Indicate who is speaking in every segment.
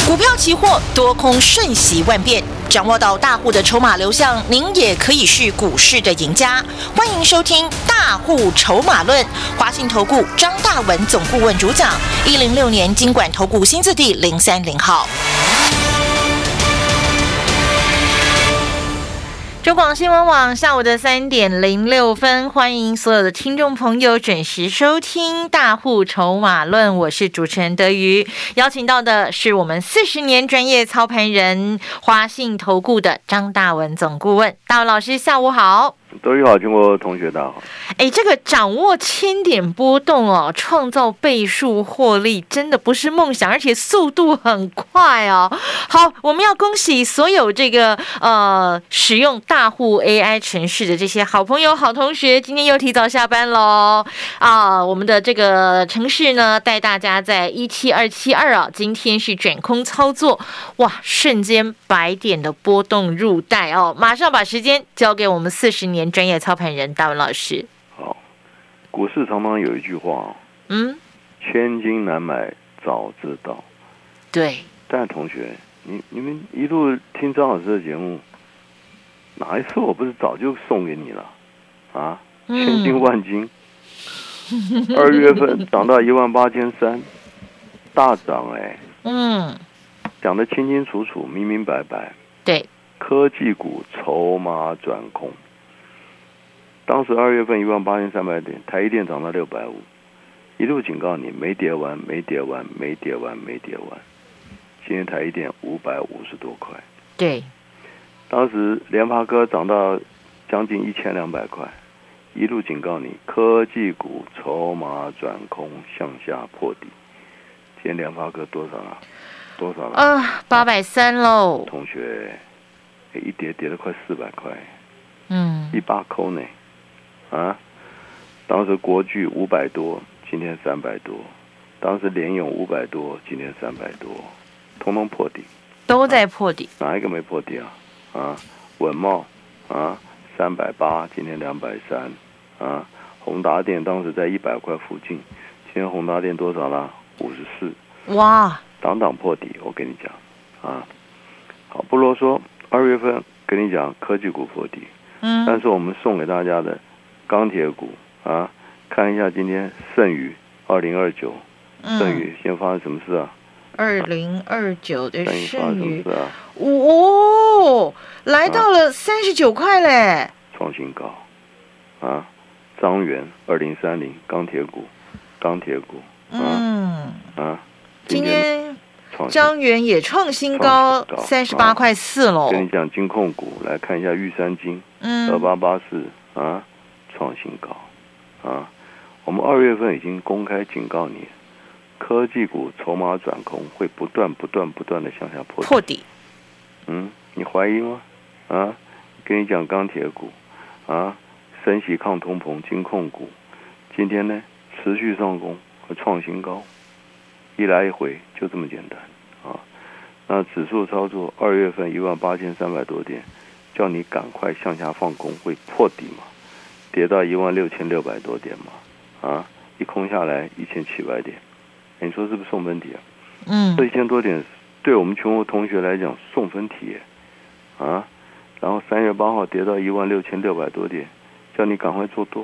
Speaker 1: 股票期货多空瞬息万变，掌握到大户的筹码流向，您也可以是股市的赢家。欢迎收听《大户筹码论》，华信投顾张大文总顾问主讲，106年金管投顾新字第030号。中广新闻网下午的3点06分，欢迎所有的听众朋友准时收听大户筹码论，我是主持人德瑜，邀请到的是我们40年专业操盘人华信投顾的张大文总顾问。大文老师下午好。
Speaker 2: 德瑜好，经过同学大家好。
Speaker 1: 这个掌握1000点波动哦，创造倍数获利真的不是梦想，而且速度很快哦。好，我们要恭喜所有这个使用大户 AI 程式的这些好朋友、好同学，今天又提早下班喽啊！我们的这个程式呢，带大家在17272啊，今天是转空操作，哇，瞬间100点的波动入袋哦！马上把时间交给我们40年专业操盘人大文老师。
Speaker 2: 好，股市常常有一句话，千金难买早知道。
Speaker 1: 对。
Speaker 2: 但同学，你们一路听张老师的节目，哪一次我不是早就送给你了啊？千金万金，2月份涨到18300，大涨讲得清清楚楚、明明白白。
Speaker 1: 对，
Speaker 2: 科技股筹码转空。当时2月份18300点，台积电涨到650，一路警告你没跌完，没跌完，没跌完，没跌完。今天台积电550多块。
Speaker 1: 对，
Speaker 2: 当时联发科涨到将近1200块，一路警告你科技股筹码转空，向下破底。今天联发科多少了？多少了
Speaker 1: ？830喽。
Speaker 2: 同学，一跌跌了快400块。18扣呢。当时国巨500多，今天300多；当时联咏500多，今天300多，通通破底，
Speaker 1: 都在破底。
Speaker 2: 哪一个没破底啊？稳懋380，今天230。宏达电当时在100块附近，今天宏达电多少了？54。
Speaker 1: 哇！
Speaker 2: 档档破底，我跟你讲好，不啰嗦。2月份跟你讲科技股破底，但是我们送给大家的钢铁股看一下今天盛宇2029，盛宇现在发生什么事啊
Speaker 1: ？2029的盛宇来到了39块嘞，
Speaker 2: 创新高张元2030钢铁股，
Speaker 1: 今天张元也创新高38.4块喽。
Speaker 2: 跟你讲金控股，来看一下玉山金2884创新高我们2月份已经公开警告你，科技股筹码转空会不断的向下破底。你怀疑吗？跟你讲钢铁股升息抗通膨金控股，今天呢持续上攻和创新高，一来一回就这么简单那指数操作2月份18300多点，叫你赶快向下放空，会破底嘛？跌到16600多点嘛？一空下来1700点，你说是不是送分题这1000多点对我们全国同学来讲送分题然后3月8号跌到16600多点，叫你赶快做多，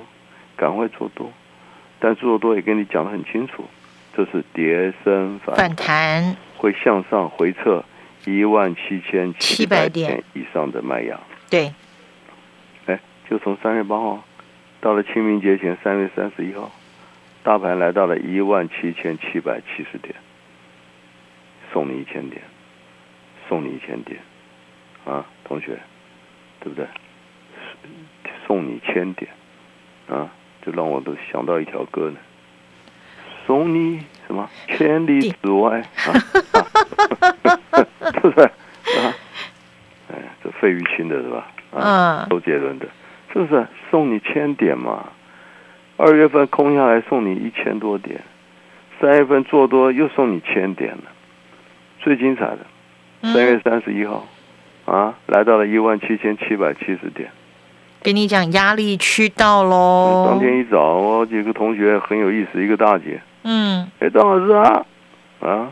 Speaker 2: 但做多也跟你讲得很清楚，这是跌升反弹，会向上回测17700点以上的卖压。
Speaker 1: 对，
Speaker 2: 就从3月8号到了清明节前3月31号，大盘来到了17770点，送你1000点，同学，对不对？送你1000点就让我都想到一条歌呢，送你什么千里之外对不对这费玉清的是吧？周杰伦的，是不是送你1000点嘛？2月份空下来送你1000多点，3月份做多又送你1000点了。最精彩的3月31号来到了17770点。
Speaker 1: 跟你讲，压力区到喽。
Speaker 2: 当天一早，我几个同学很有意思，一个大姐，张老师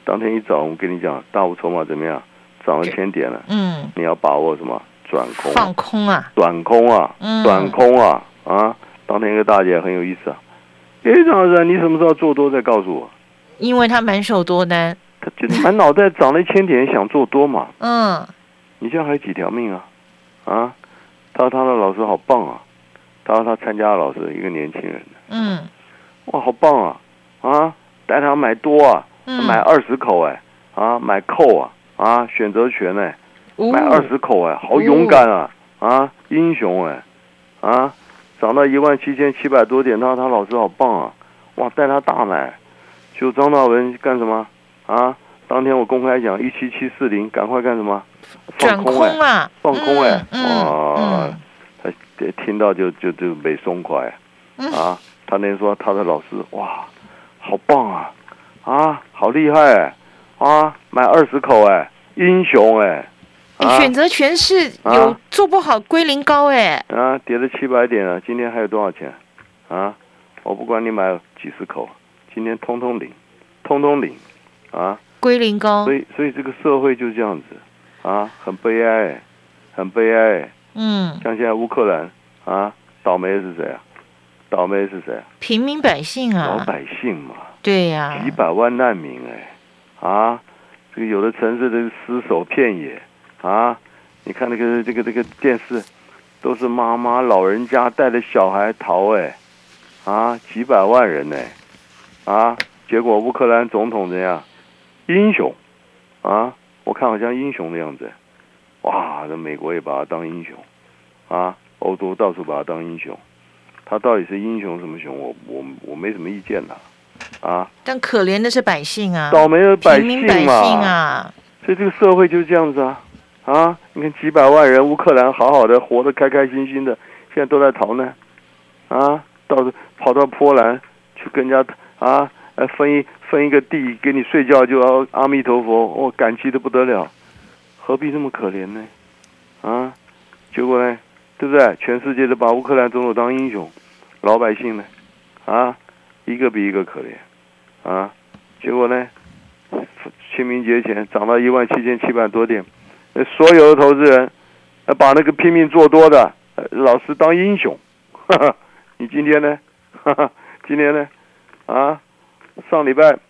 Speaker 2: 当天一早我跟你讲，大户筹码怎么样？涨了1000点了。你要把握什么？转空。
Speaker 1: 放空啊。
Speaker 2: 转空啊。转空啊。啊，当天一个大姐很有意思啊。张老师，你什么时候做多再告诉我？
Speaker 1: 因为他满手多单。
Speaker 2: 他就是满脑袋涨了1000点，想做多嘛。你现在还有几条命啊？啊，他说他的老师好棒啊。他说他参加的老师一个年轻人。哇，好棒啊！啊，带他买多啊，买20口哎，啊，买扣啊，啊，选择权哎，买20口哎，好勇敢啊，啊，英雄哎，啊，涨到17700多点，他老师好棒啊，哇，带他大买，就张大文干什么啊？当天我公开讲17740，赶快干什么？
Speaker 1: 放空啊，
Speaker 2: 放空哎，哇，他听到就没松快啊。他那天说他的老师哇，好棒啊，啊，好厉害哎，啊，买20口哎，英雄哎，
Speaker 1: 选择权是有做不好归零高哎，
Speaker 2: 啊，跌了700点了，今天还有多少钱？啊，我不管你买几十口，今天通通领，啊，
Speaker 1: 归零高。
Speaker 2: 所以这个社会就是这样子，啊，很悲哀，很悲哀。像现在乌克兰啊，倒霉的是谁啊？倒霉是谁？
Speaker 1: 平民百姓啊，
Speaker 2: 老百姓嘛。
Speaker 1: 对呀，
Speaker 2: 几百万难民哎，啊，这个有的城市的尸首遍野啊！你看这个电视，都是妈妈老人家带着小孩逃哎，啊，几百万人哎，啊，结果乌克兰总统怎样？英雄啊！我看好像英雄的样子，哇！这美国也把他当英雄啊，欧洲到处把他当英雄。他到底是英雄什么雄？我没什么意见啦，啊！
Speaker 1: 但可怜的是百姓啊，
Speaker 2: 倒霉的百姓嘛，
Speaker 1: 平民百姓啊，
Speaker 2: 所以这个社会就是这样子啊，啊！你看几百万人，乌克兰好好的活得开开心心的，现在都在逃难，啊，跑到波兰去跟人家啊，分一个地给你睡觉就要阿弥陀佛，我感激的不得了，何必这么可怜呢？啊，结果呢，对不对？全世界都把乌克兰总统当英雄。老百姓呢，啊，一个比一个可怜，啊，结果呢，清明节前涨到17700多点，所有的投资人，把那个拼命做多的老师当英雄，哈哈，你今天呢，哈哈，今天呢，啊，上礼拜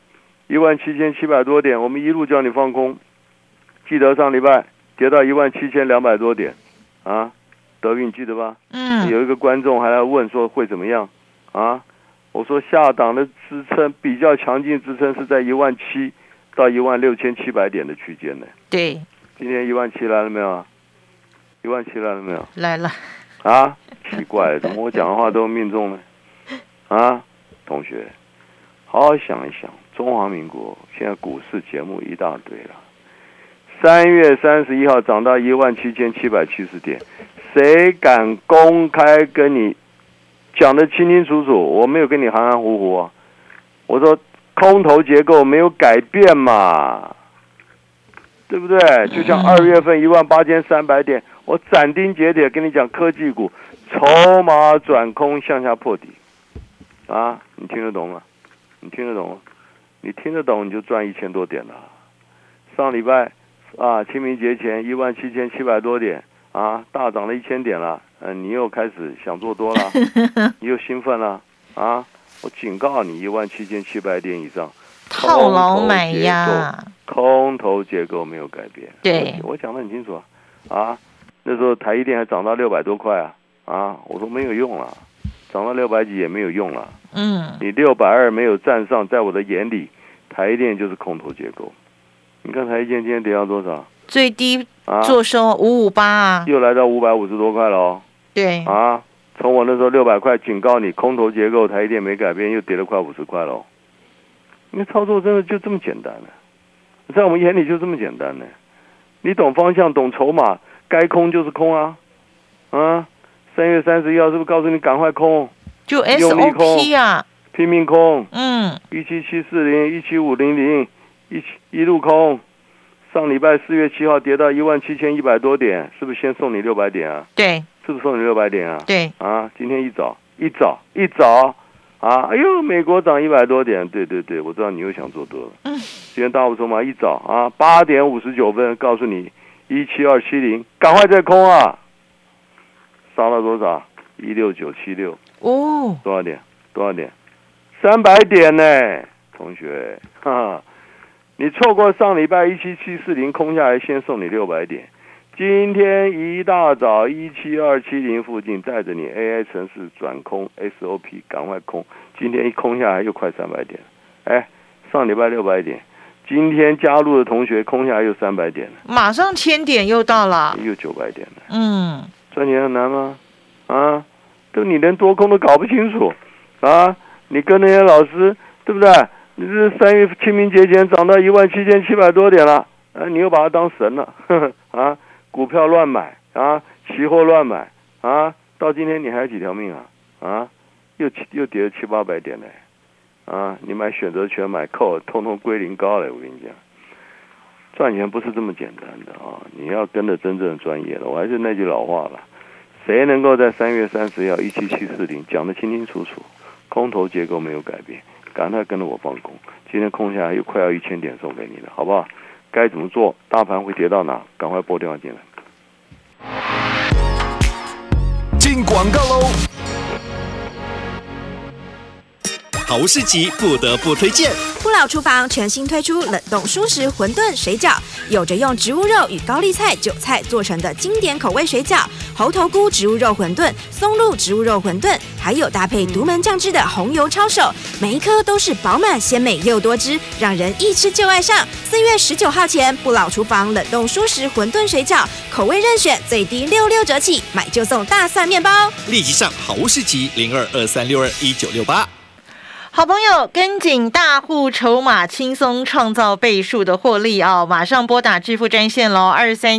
Speaker 2: 17700多点，我们一路叫你放空，记得上礼拜跌到17200多点，啊。德运记得吧？有一个观众还来问说会怎么样啊？我说下档的支撑比较强劲，支撑是在17000到16700点的区间呢。
Speaker 1: 对，
Speaker 2: 今天17000来了没有？17000来了没有？
Speaker 1: 来了。
Speaker 2: 啊，奇怪，怎么我讲的话都命中呢？啊，同学，好好想一想，中华民国现在股市节目一大堆了。3月31号涨到17770点。谁敢公开跟你讲得清清楚楚？我没有跟你含含糊糊啊。我说空头结构没有改变嘛，对不对？就像2月份18300点，我斩钉截铁跟你讲，科技股筹码转空向下破底啊！你听得懂吗？你听得懂吗？你听得懂你就赚1000多点了。上礼拜啊，清明节前17700多点。啊，大涨了1000点了，你又开始想做多了，你又兴奋了啊！我警告你，17700点以上，
Speaker 1: 套牢买呀，
Speaker 2: 空头结构没有改变。
Speaker 1: 对，
Speaker 2: 我讲得很清楚啊！那时候台积电还涨到600多块啊！我说没有用了，涨到600几也没有用了。你620没有站上，在我的眼里，台积电就是空头结构。你看台积电今天跌到多少？
Speaker 1: 最低做收558啊，
Speaker 2: 又来到550多块了哦。
Speaker 1: 对
Speaker 2: 啊，从我那时候600块警告你，空头结构台积电没改变，又跌了快50块了。因为操作真的就这么简单了，在我们眼里就这么简单了。你懂方向，懂筹码，该空就是空啊。啊，3月31号是不是告诉你赶快空？
Speaker 1: 就 SOP 啊，
Speaker 2: 拼命空。17740、17500，一路空。上礼拜4月7号跌到17100多点，是不是先送你600点啊？
Speaker 1: 对，
Speaker 2: 是不是送你600点啊？
Speaker 1: 对，
Speaker 2: 啊，今天一早，啊，哎呦，美国涨100多点，对，我知道你又想做多了。 今天大户筹码一早啊8点59分告诉你17270，赶快再空啊！杀了多少？16976
Speaker 1: 哦，
Speaker 2: 多少点？300点呢，同学，哈哈，你错过上礼拜17740空下来，先送你600点。今天一大早17270附近带着你 AI 程式转空 SOP 赶快空，今天一空下来又快300点，哎，上礼拜600点，今天加入的同学空下来又300点了，
Speaker 1: 马上1000点又到了，
Speaker 2: 又900点了。赚钱很难吗？啊，都你连多空都搞不清楚啊！你跟那些老师对不对？你这3月清明节前涨到17700多点了，你又把它当神了，呵呵啊！股票乱买啊，期货乱买啊，到今天你还有几条命啊？啊，又跌了700-800点嘞，啊，你买选择权买 call， 通通归零高嘞，我跟你讲，赚钱不是这么简单的啊！你要跟着真正的专业的，我还是那句老话了，谁能够在3月30日17740讲得清清楚楚，空头结构没有改变，赶快跟着我放空，今天空下来又快要1000点送给你了，好不好？该怎么做？大盘会跌到哪？赶快拨电话进来。
Speaker 3: 进广告喽！好物市集不得不推荐。
Speaker 4: 不老厨房全新推出冷冻蔬食馄饨水饺，有着用植物肉与高丽菜、韭菜做成的经典口味水饺，猴头菇植物肉馄饨、松露植物肉馄饨，还有搭配独门酱汁的红油抄手，每一颗都是饱满鲜美又多汁，让人一吃就爱上。4月19号前，不老厨房冷冻蔬食馄饨水饺，口味任选，最低66折起，买就送大蒜面包。
Speaker 3: 立即上好物市集0223621968。
Speaker 1: 好朋友，跟紧大户筹码，轻松创造倍数的获利哦！马上拨打致富专线喽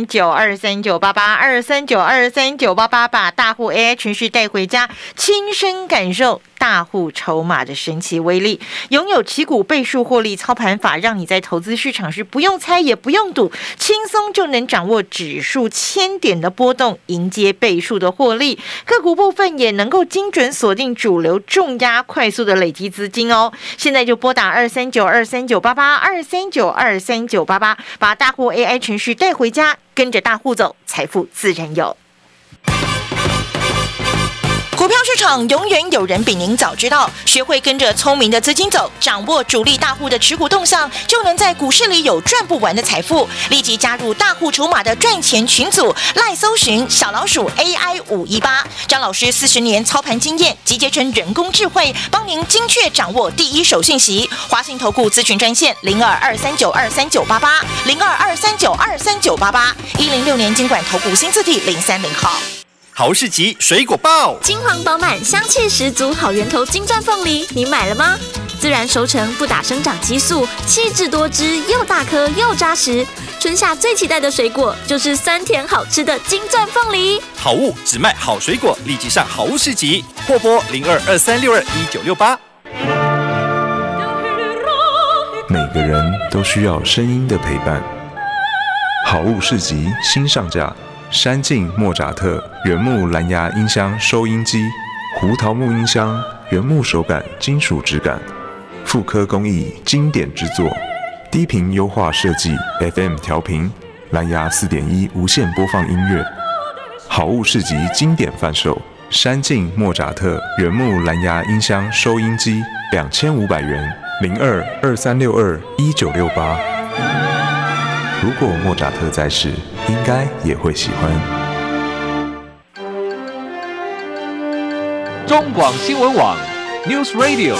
Speaker 1: ，23923988239239888，把大户 AI 程序带回家，亲身感受大户筹码的神奇威力，拥有旗鼓倍数获利操盘法，让你在投资市场时不用猜也不用赌，轻松就能掌握指数1000点的波动，迎接倍数的获利。个股部分也能够精准锁定主流重压，快速的累积资金哦。现在就拨打23923988239239888，把大户 AI 程序带回家，跟着大户走，财富自然有。股票市场永远有人比您早知道，学会跟着聪明的资金走，掌握主力大户的持股动向，就能在股市里有赚不完的财富。立即加入大户筹码的赚钱群组，赖搜寻小老鼠 AI518，张老师40年操盘经验集结成人工智慧，帮您精确掌握第一手讯息。华信投顾咨询专线0223923988，0223923988，106年金管投顾新字第030号。
Speaker 3: 好市集水果报，
Speaker 5: 金黄饱满，香气十足，好源头金钻凤梨，你买了吗？自然熟成，不打生长激素，气质多汁，又大颗又扎实。春夏最期待的水果就是酸甜好吃的金钻凤梨。
Speaker 3: 好物只卖好水果，立即上好物市集，或拨0223621968。
Speaker 6: 每个人都需要声音的陪伴。好物市集新上架。山境莫扎特原木蓝牙音箱收音机，胡桃木音箱，原木手感，金属质感，复刻工艺，经典制作，低频优化设计 ，FM 调频，蓝牙4.1无线播放音乐。好物市集经典贩售，山境莫扎特原木蓝牙音箱收音机2500元，0223621968。如果莫扎特在世，应该也会喜欢。
Speaker 7: 中广新闻网 News Radio。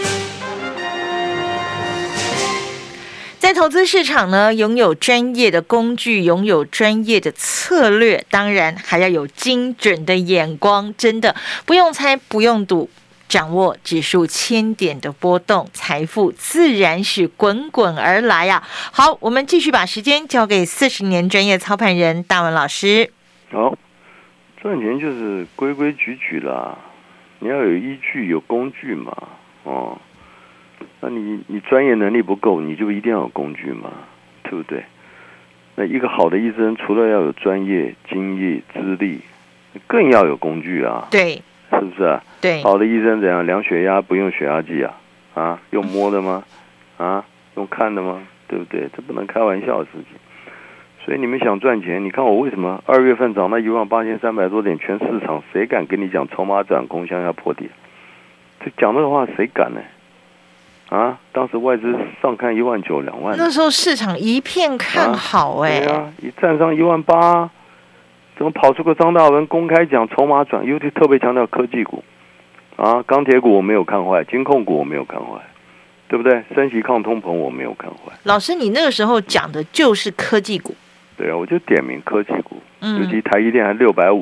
Speaker 1: 在投资市场呢，拥有专业的工具，拥有专业的策略，当然还要有精准的眼光，真的不用猜，不用赌。掌握指数1000点的波动，财富自然是滚滚而来啊！好，我们继续把时间交给40年专业操盘人大文老师。
Speaker 2: 好，赚钱就是规规矩矩啦，你要有依据，有工具嘛，哦，那你专业能力不够，你就一定要有工具嘛，对不对？那一个好的医生，除了要有专业、经验、资历，更要有工具啊。
Speaker 1: 对。
Speaker 2: 是不是啊？
Speaker 1: 对，
Speaker 2: 好的医生怎样量血压不用血压计啊？啊，用摸的吗？啊，用看的吗？ 对不对？这不能开玩笑的事情。所以你们想赚钱，你看我为什么2月份涨到18300多点，全市场谁敢跟你讲筹码转空向下破底？这讲这个话谁敢呢？啊，当时外资上看19000、2万，
Speaker 1: 那时候市场一片看好哎、
Speaker 2: 对啊，一站上18000，怎么跑出个张大文公开讲筹码转，尤其特别强调科技股，啊，钢铁股我没有看坏，金控股我没有看坏，对不对？升息抗通膨我没有看坏。
Speaker 1: 老师，你那个时候讲的就是科技股。
Speaker 2: 对啊，我就点名科技股，尤其台积电还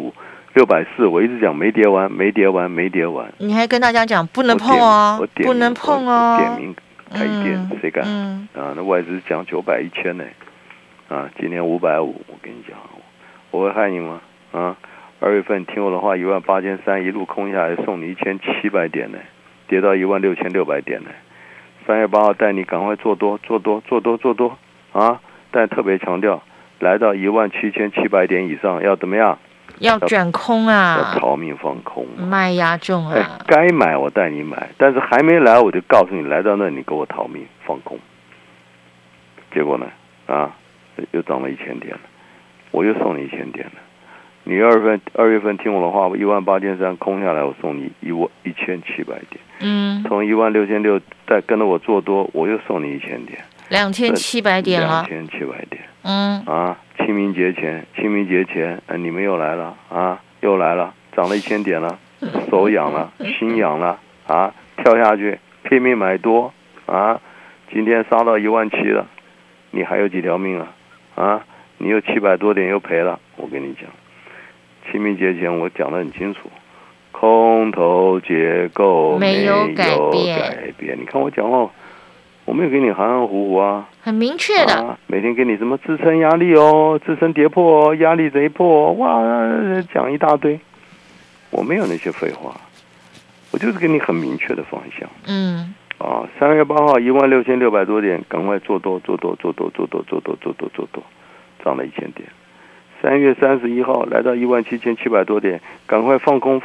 Speaker 2: 650、640，我一直讲没跌完，没跌完，没跌完。
Speaker 1: 你还跟大家讲不能碰哦，不能碰哦。
Speaker 2: 点名台积电，谁敢？啊，那外资讲900、1000呢？啊，今天550，我跟你讲，我会害你吗？啊，2月份听我的话，18300一路空下来，送你1700点呢，跌到16600点呢。3月8号带你赶快做多啊！但特别强调，来到17700点以上要怎么样？
Speaker 1: 要转空啊！
Speaker 2: 要逃命放空，
Speaker 1: 卖压重啊！
Speaker 2: 该买我带你买，但是还没来我就告诉你，来到那你给我逃命放空。结果呢？啊，又涨了1000点了，我又送你1000点了。你2月份听我的话，18300空下来，我送你1700点。从16600再跟着我做多，我又送你1000点。
Speaker 1: 2700点了。
Speaker 2: 2700点。啊，清明节前，你们又来了啊，又来了，涨了1000点了，手痒了，心痒了啊，跳下去拼命买多啊，今天杀到17000了，你还有几条命啊？啊，你有700多点又赔了，我跟你讲。清明节前我讲得很清楚，空头结构没有改变。你看我讲话，我没有给你含含糊糊啊，
Speaker 1: 很明确的。
Speaker 2: 啊，每天给你什么支撑压力哦，支撑跌破哦，压力贼破哦，哇，讲一大堆，我没有那些废话，我就是给你很明确的方向。3月8号16600多点，赶快做多，涨了1000点。3月31号来到17700多点，赶快放空。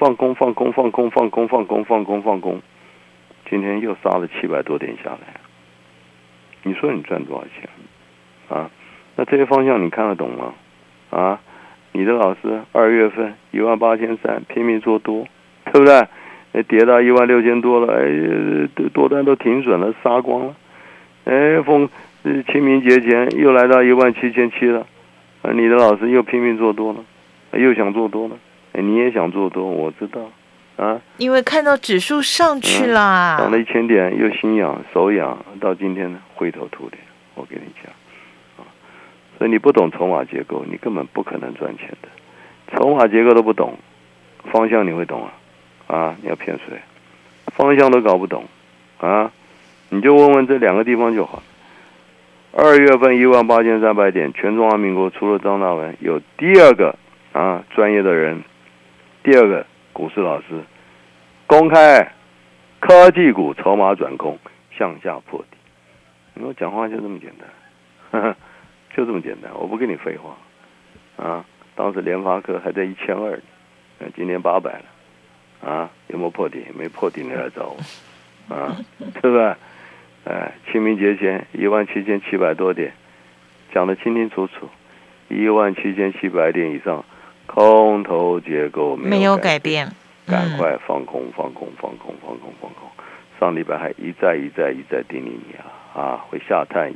Speaker 2: 今天又杀了700多点下来，你说你赚多少钱啊？那这些方向你看得懂吗？啊，你的老师2月份18300拼命做多，对不对？跌到16000多了，多单都停损了，杀光了。清明节前又来到17700了。你的老师又拼命做多了，又想做多了，你也想做多，我知道，啊，
Speaker 1: 因为看到指数上去了，
Speaker 2: 涨了1000点，又心痒手痒，到今天呢灰头土脸，我跟你讲，啊，所以你不懂筹码结构，你根本不可能赚钱的，筹码结构都不懂，方向你会懂啊？啊，你要骗谁？方向都搞不懂，啊，你就问问这2个地方就好。2月份18300点，全中华民国除了张大文，有第二个啊专业的人，第二个股市老师公开科技股筹码转空向下破底。你说讲话就这么简单，就这么简单，我不跟你废话啊！当时联发科还在1200，今天800了啊！有没有破底？没破底，你来找我啊，对吧？清明节前17700多点，讲得清清楚楚，17700点以上，空头结构没有改变，赶快放空。上礼拜还一再叮咛你啊，会下探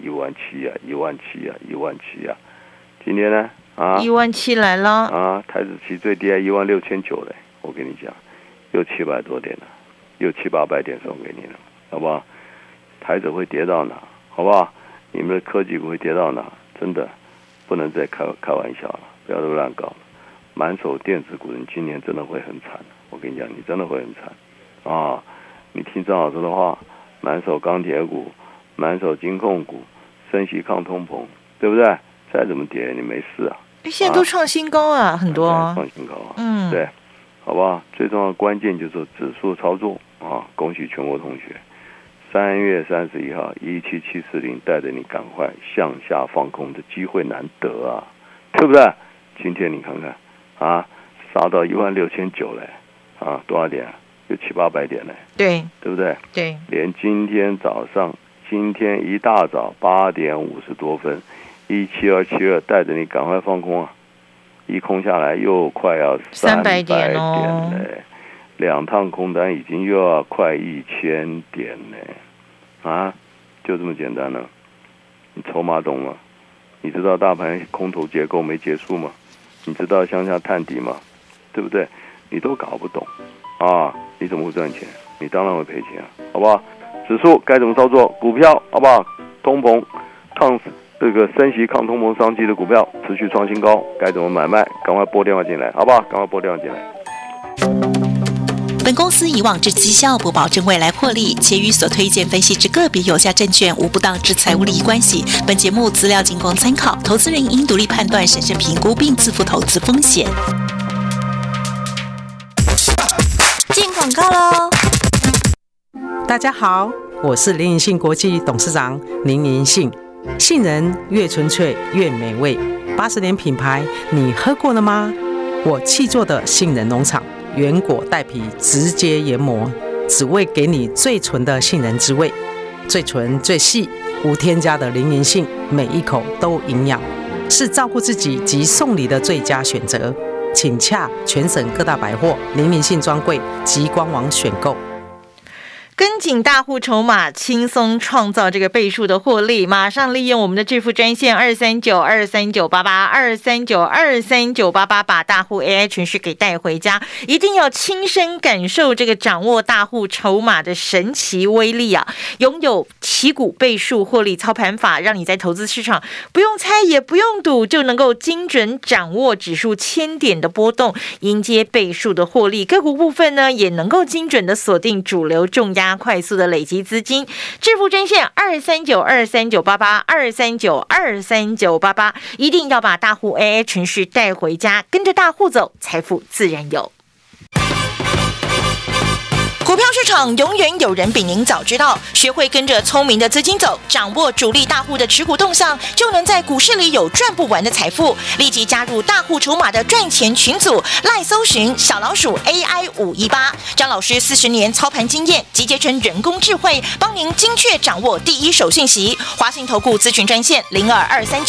Speaker 2: 17000啊，今天呢啊
Speaker 1: 17000来了
Speaker 2: 啊，台指期最低还16900嘞，我跟你讲，又700多点了，又700-800点送给你了，好不好？台指会跌到哪？好不好？你们的科技股会跌到哪？真的不能再开玩笑了，不要乱搞了。满手电子股，你今年真的会很惨。我跟你讲，你真的会很惨啊！你听张老师的话，满手钢铁股，满手金控股，升息抗通膨，对不对？再怎么跌，你没事啊。
Speaker 1: 现在都创新高啊，很多
Speaker 2: 创新高啊。对，好不好？最重要的关键就是指数操作啊！恭喜全国同学。3月31号17740带着你赶快向下放空的机会难得啊，对不对？今天你看看啊，杀到16900嘞啊，多少点啊？有700-800点嘞，
Speaker 1: 对
Speaker 2: 不对？
Speaker 1: 对，
Speaker 2: 连今天早上今天一大早8点50多分，17272带着你赶快放空啊！一空下来又快要300点嘞，2趟空单已经又要快1000点嘞，啊，就这么简单了。你筹码懂吗？你知道大盘空头结构没结束吗？你知道向下探底吗？对不对？你都搞不懂啊！你怎么会赚钱？你当然会赔钱啊，好不好？指数该怎么操作？股票好不好？通膨抗这个升息抗通膨商机的股票持续创新高，该怎么买卖？赶快拨电话进来，好不好？赶快拨电话进来。
Speaker 8: 本公司以往之绩效不保证未来获利，且与所推荐分析之个别有价证券无不当之财务利益关系。本节目资料仅供参考，投资人应独立判断、审慎评估并自负投资风险。
Speaker 4: 进广告喽！
Speaker 9: 大家好，我是林银信国际董事长林银信。杏仁越纯粹越美味，80年品牌，你喝过了吗？我契作的杏仁农场，原果带皮，直接研磨，只为给你最纯的杏仁滋味，最纯最细，无添加的林银杏，每一口都营养，是照顾自己及送礼的最佳选择。请洽全省各大百货、林银杏专柜及官网选购。
Speaker 1: 跟紧大户筹码，轻松创造这个倍数的获利。马上利用我们的致富专线23923982239239888，把大户 AI 程序给带回家。一定要亲身感受这个掌握大户筹码的神奇威力啊！拥有旗鼓倍数获利操盘法，让你在投资市场不用猜也不用赌，就能够精准掌握指数1000点的波动，迎接倍数的获利。个股部分呢，也能够精准的锁定主流重压，快速的累积资金。致富专线23923988239238988，一定要把大户 AA 程序带回家，跟着大户走，财富自然有。股票市场永远有人比您早知道，学会跟着聪明的资金走，掌握主力大户的持股动向，就能在股市里有赚不完的财富。立即加入大户筹码的赚钱群组，赖搜寻小老鼠 AI518，张老师40年操盘经验集结成人工智慧，帮您精确掌握第一手讯息。华信投顾咨询专线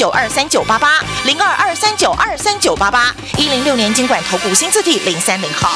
Speaker 1: 0223923988，0223923988，106年金管投顾新字第030号。